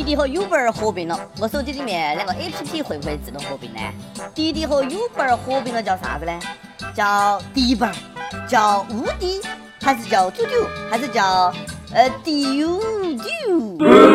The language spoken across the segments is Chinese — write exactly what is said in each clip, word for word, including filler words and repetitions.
滴和 Uber 合并了，我手机里面两个 A P P 会不会自动合并呢？滴滴和 Uber 合并了叫啥子呢？叫迪吧，叫乌迪，还是叫丢丢，还是叫呃丢丢？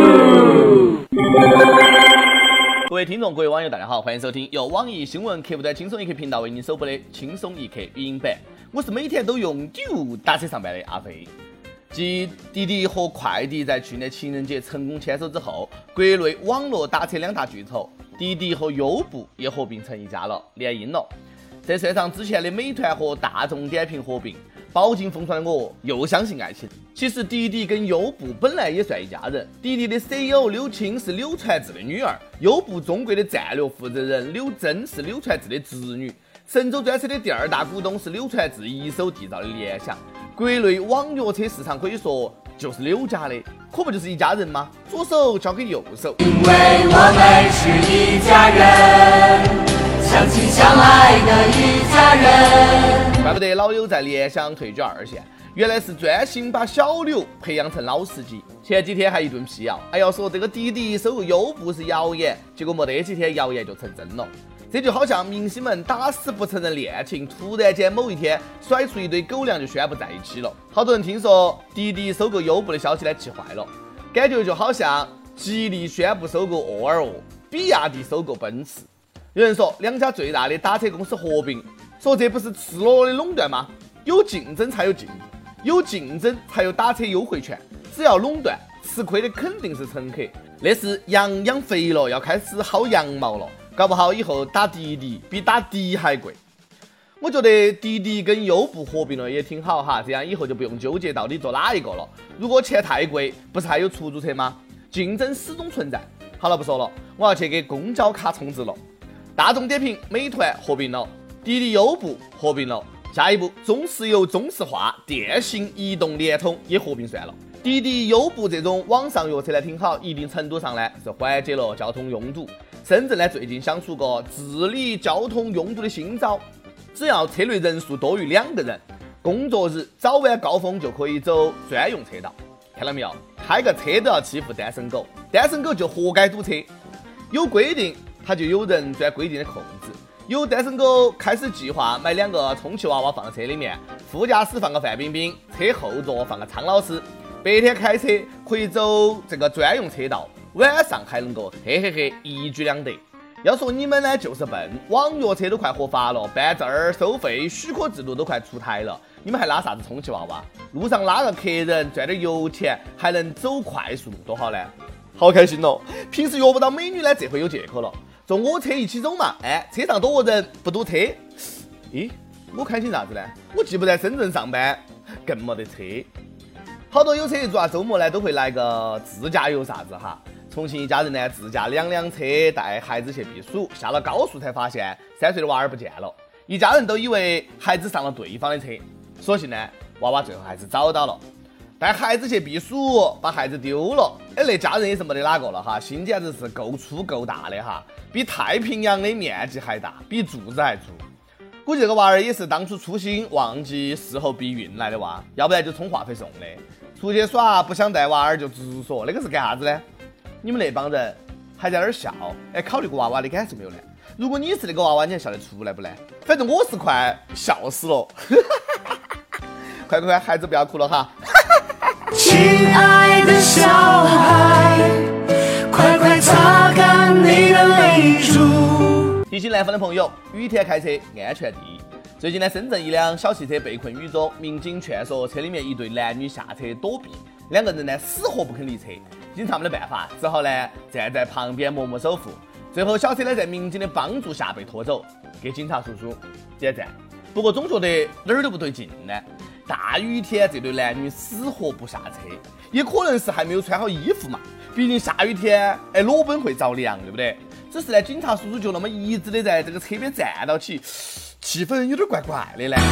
各位听众、各位网友，大家好，欢迎收听由网易新闻客户端轻松一刻频道为您首播的轻松一刻语音版。我是每天都用丢打车上班的阿飞。继滴滴和快滴在去年情人节成功牵手之后，国内网络打车两大巨头滴滴和优步也合并成一家了，联姻了。这算上之前的美团和大众点评合并，饱经风霜的我又相信爱情。其实滴滴跟优步本来也算一家人，滴滴的 C E O 柳青是柳传志的女儿，优步中国的战略负责人柳珍是柳传志的侄女。神州专车的第二大股东是柳传志一手缔造的联想，国内网约车市场可以说就是柳家的，可不就是一家人吗？左手交给右手， 因为我们是一家人，相亲相爱的一家人。 怪不得老柳在联想退居二线，原来是专心把小柳培养成老司机。前几天还一顿辟谣，哎呀说这个滴滴收购优步是谣言，结果没得几天谣言就成真了。这就好像明星们打死不承认恋情，突然间某一天甩出一堆狗粮就宣布在一起了。好多人听说滴滴收购优步的消息呢气坏了，感觉就好像吉利宣布收购沃尔沃，比亚迪收购奔驰。有人说两家最大的打车公司合并，说这不是赤裸裸的垄断吗？有竞争才有进步，有竞争才有打车优惠权，只要垄断，吃亏的肯定是乘客。那是羊养肥了要开始薅羊毛了，搞不好以后打滴滴比打的还贵。我觉得滴滴跟优步合并了也挺好哈，这样以后就不用纠结到底做哪一个了。如果钱太贵，不是还有出租车吗？竞争始终存在。好了，不说了，我要去给公交卡充值了。大众点评、美团合并了，滴滴、优步合并了，下一步中石油、中石化、电信、移动、联通也合并算了。滴滴、优步这种网上约车呢挺好，一定程度上呢是缓解了交通拥堵。深圳呢最近想出个治理交通拥堵的新招，只要车内人数多于两个人，工作日早晚高峰就可以走专用车道。看到没有？开个车都要欺负单身狗，单身狗就活该堵车。有规定，它就有人钻规定的空子。有单身狗开始计划买两个充气娃娃放在车里面，副驾驶放个范冰冰，车后座放个苍老师。白天开车可以走这个专用车道，晚上还能够嘿嘿嘿一举两得。要说你们呢就是笨，网约车都快合法了，办证儿收费许可制度都快出台了，你们还拉啥子充气娃娃？路上拉个客人赚点油钱，还能走快速路，多好呢！好开心哦！平时约不到美女呢，这回有借口了，坐我车一起走嘛。哎，车上多个人不堵车。咦，我开心啥子呢？我既不在深圳上班，更没得车。好多有车的主啊，周末呢都会来个自驾游啥子哈。重庆一家人呢自驾两辆车带孩子去避暑，下了高速才发现三岁的娃儿不见了，一家人都以为孩子上了对方的车，所幸呢娃娃最后还是找到了。带孩子去避暑，把孩子丢了，哎，那家人也是没得哪个了哈，心简直是够粗够大的哈，比太平洋的面积还大，比柱子还粗。估计这个娃儿也是当初粗心忘记事后避孕来的娃，要不然就充话费送的。出去耍不想带娃儿就直说，那个是干啥子呢？你们那帮人还在那儿笑，哎，考虑过娃娃的感受没有呢？如果你是那个娃娃，你还笑得出来不呢？反正我是快笑死了。快快快，孩子不要哭了哈。 亲爱的小孩，快快擦干你的泪珠。 提醒南方的朋友，雨天开车安全第一。最近呢，深圳一辆小汽车被困雨中，民警劝说车里面一对男女下车躲避，两个人呢死活不肯离车，警察没得办法，只好呢站在旁边默默守护。最后小车呢在民警的帮助下被拖走，给警察叔叔点赞。不过总觉得哪儿都不对劲呢。大雨天这对男女死活不下车，也可能是还没有穿好衣服嘛，毕竟下雨天哎裸奔会着凉，对不对？只是呢警察叔叔就那么一直的在这个车边站到起，气氛有点怪怪的呢。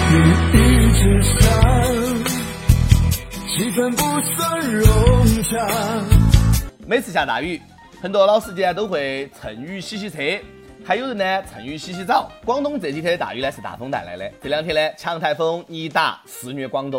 气氛不算融洽。每次下大雨，很多老司机都会趁雨洗洗车，还有人呢趁雨洗洗澡。广东这几天的大雨呢是大风带来的，这两天呢强台风尼达肆虐广东，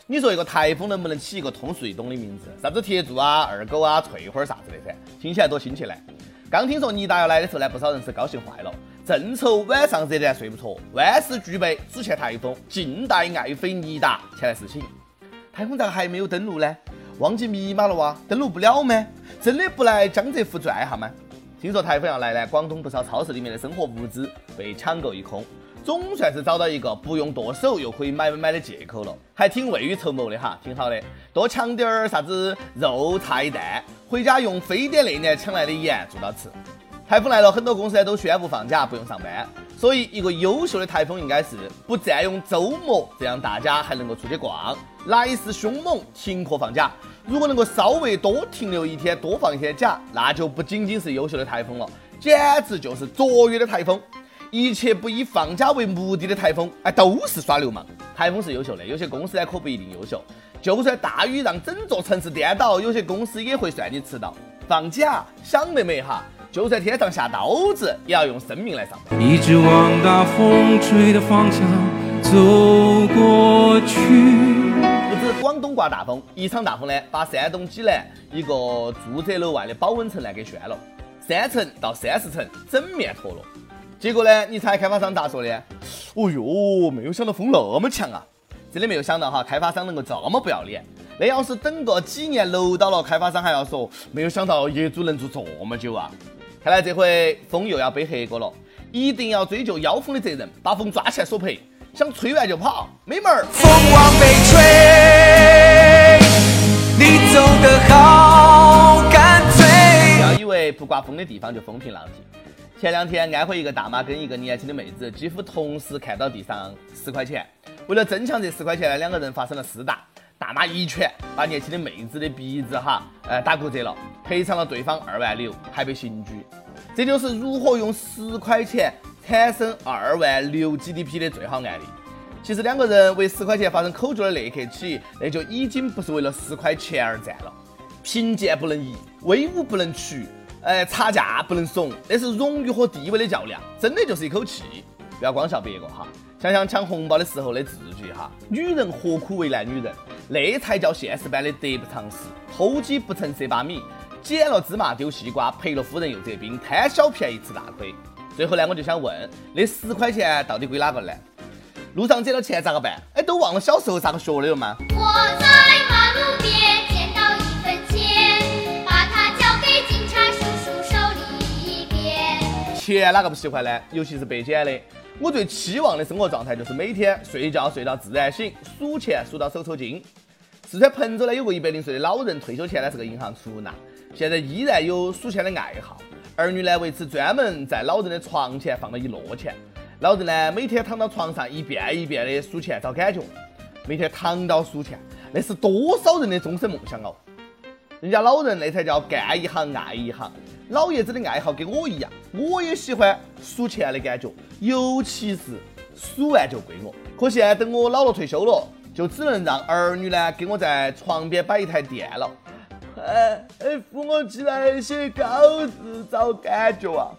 你说一个台风能不能起一个通俗易懂的名字？啥子铁柱啊、二狗啊、翠花啥子的噻，听起来多亲切呢。刚听说尼达要来的时候呢，不少人是高兴坏了。正愁晚上热得睡不着，万事俱备，只欠台风，静待爱妃尼达前来侍寝。台风咋个还没有登陆呢？忘记密码了哇？登陆不了吗？真的不来江浙沪转一下吗？听说台风要来呢，广东不少超市里面的生活物资被抢购一空，总算是找到一个不用剁手又可以买买买的借口了，还挺未雨绸缪的哈，挺好的。多抢点儿啥子肉菜蛋，回家用非典那年抢来的盐做到吃。台风来了，很多公司都宣布放假，不用上班。所以，一个优秀的台风应该是不占用周末，这样大家还能够出去逛。来势凶猛，停课放假。如果能够稍微多停留一天，多放一天假，那就不仅仅是优秀的台风了，简直就是卓越的台风。一切不以放假为目的的台风，哎，都是耍流氓。台风是优秀的，有些公司呢可不一定优秀。就算大雨让整座城市颠倒，有些公司也会算你迟到。放假，想得美哈！就算天上下刀子，也要用生命来上班。 一直往大风吹的方向走过去。 不止广东刮大风，一场大风呢，把山东济南一个住宅楼外的保温层呢给掀了，三层到三四层整面脱落。结果呢，你猜开发商咋说的？哦哟，没有想到风那么强啊！真的没有想到哈，开发商能够这么不要脸。那要是等个几年楼倒了，开发商还要说没有想到业主能住这么久啊！看来这回风又要背黑锅了，一定要追究妖风的责任，把风抓起来索赔。想吹完就跑，没门儿！ 风往北吹，你走得好干脆。 不要以为不刮风的地方就风平浪静。前两天，安徽一个大妈跟一个年轻的妹子几乎同时看到地上十块钱，为了争抢这十块钱呢，两个人发生了厮打。大妈一拳把年轻的妹子的鼻子哈，呃打骨折了，赔偿了对方二万六，还被刑拘。这就是如何用十块钱产生二万六 G D P 的最好案例。其实两个人为十块钱发生口角的那刻起，那就已经不是为了十块钱而战了。贫贱不能移，威武不能屈，呃，差价不能怂，那是荣誉和地位的较量，真的就是一口气。不要光笑别个哈，想想抢红包的时候的自己哈，女人何苦为难女人？那才叫现实版的得不偿失。偷鸡不成蚀把米，捡了芝麻丢西瓜，赔了夫人又折兵，贪小便宜吃大亏。最后呢，我就想问，那十块钱到底归哪个呢？路上捡了钱咋个办？哎，都忘了小时候咋个学的了吗？ 我在马路边捡到一分钱，把它交给警察叔叔手里边。 钱哪个不喜欢呢？尤其是被捡的。我最期望的生活状态就是每天睡觉睡到自然醒，数钱数到手抽筋。四川彭州呢有个一百零岁的老人，退休前呢是个银行储纳，现在依然有数钱的爱好。儿女呢为此专门在老人的床前放了一摞钱，老人呢每天躺到床上一遍一遍的数钱找感觉，每天躺到数钱，那是多少人的终身梦想哦！人家老人那才叫干一行爱一行。老爷子的爱好跟我一样，我也喜欢数钱的感觉，尤其是数完就归我。可惜啊，等我老了退休了，就只能让儿女呢给我在床边摆一台电了。哎哎，扶我起来写稿子找感觉啊！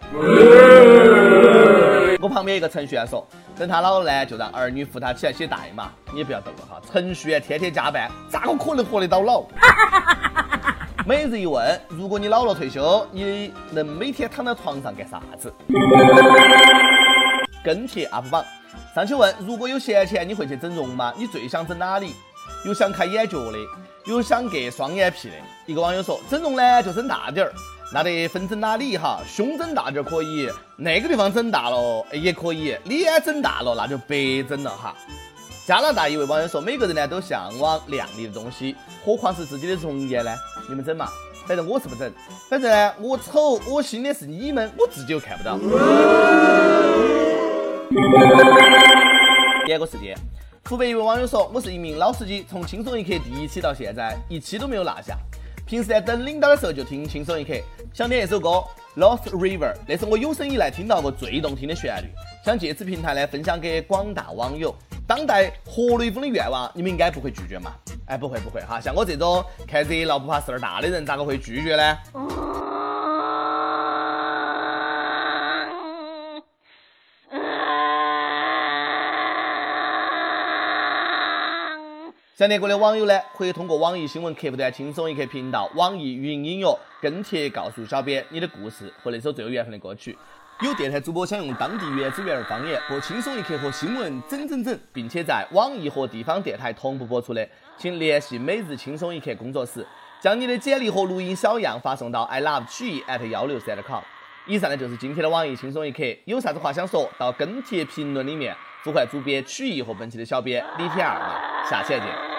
我旁边一个程序员说，等他老了呢，就让儿女扶他起来写代码。你也不要逗了哈，程序员天天加班，咋个可能活得到老？每日一问，如果你老了退休，你能每天躺在床上干啥子？跟帖 up 榜，上去问，如果有闲钱，你会去整容吗？你最想整哪里？有想开眼角的，有想割双眼皮的。一个网友说，整容呢就整大点儿，那得分整哪里哈？胸整大点可以，那个地方整大了也可以，脸整大了那就白整了哈。加拿大一位网友说，每个人呢都向往靓丽的东西，何况是自己的容颜呢？你们整嘛？反正我是不整，反正呢我丑，我信的是你们，我自己又看不到。第二个事件，湖北一位网友说，我是一名老司机，从轻松一刻第一期到现在，一期都没有落下。平时在等领导的时候就听轻松一刻，想点一首歌《Lost River》，那是我有生以来听到过最动听的旋律，想借此平台呢分享给广大网友。当代活雷锋的愿望，你们应该不会拒绝嘛？哎，不会不会哈，像我这种看热闹不怕事儿大的人，咋个会拒绝呢？ 想念过的网友呢，可以通过网易新闻客户端轻松一刻频道、网易云音乐跟帖告诉小编你的故事和那首最有缘分的歌曲。有电台主播想用当地原汁原味方言播轻松一刻和新闻整整整，并且在网易和地方电台同步播出的，请联系每日轻松一刻工作室，将你的简历和录音小样发送到 i love 曲艺 at 一六三 点 com。以上呢就是今天的网易轻松一刻，有啥子话想说，到跟帖评论里面呼唤主编曲艺和本期的小编李天二嘛，下期再见。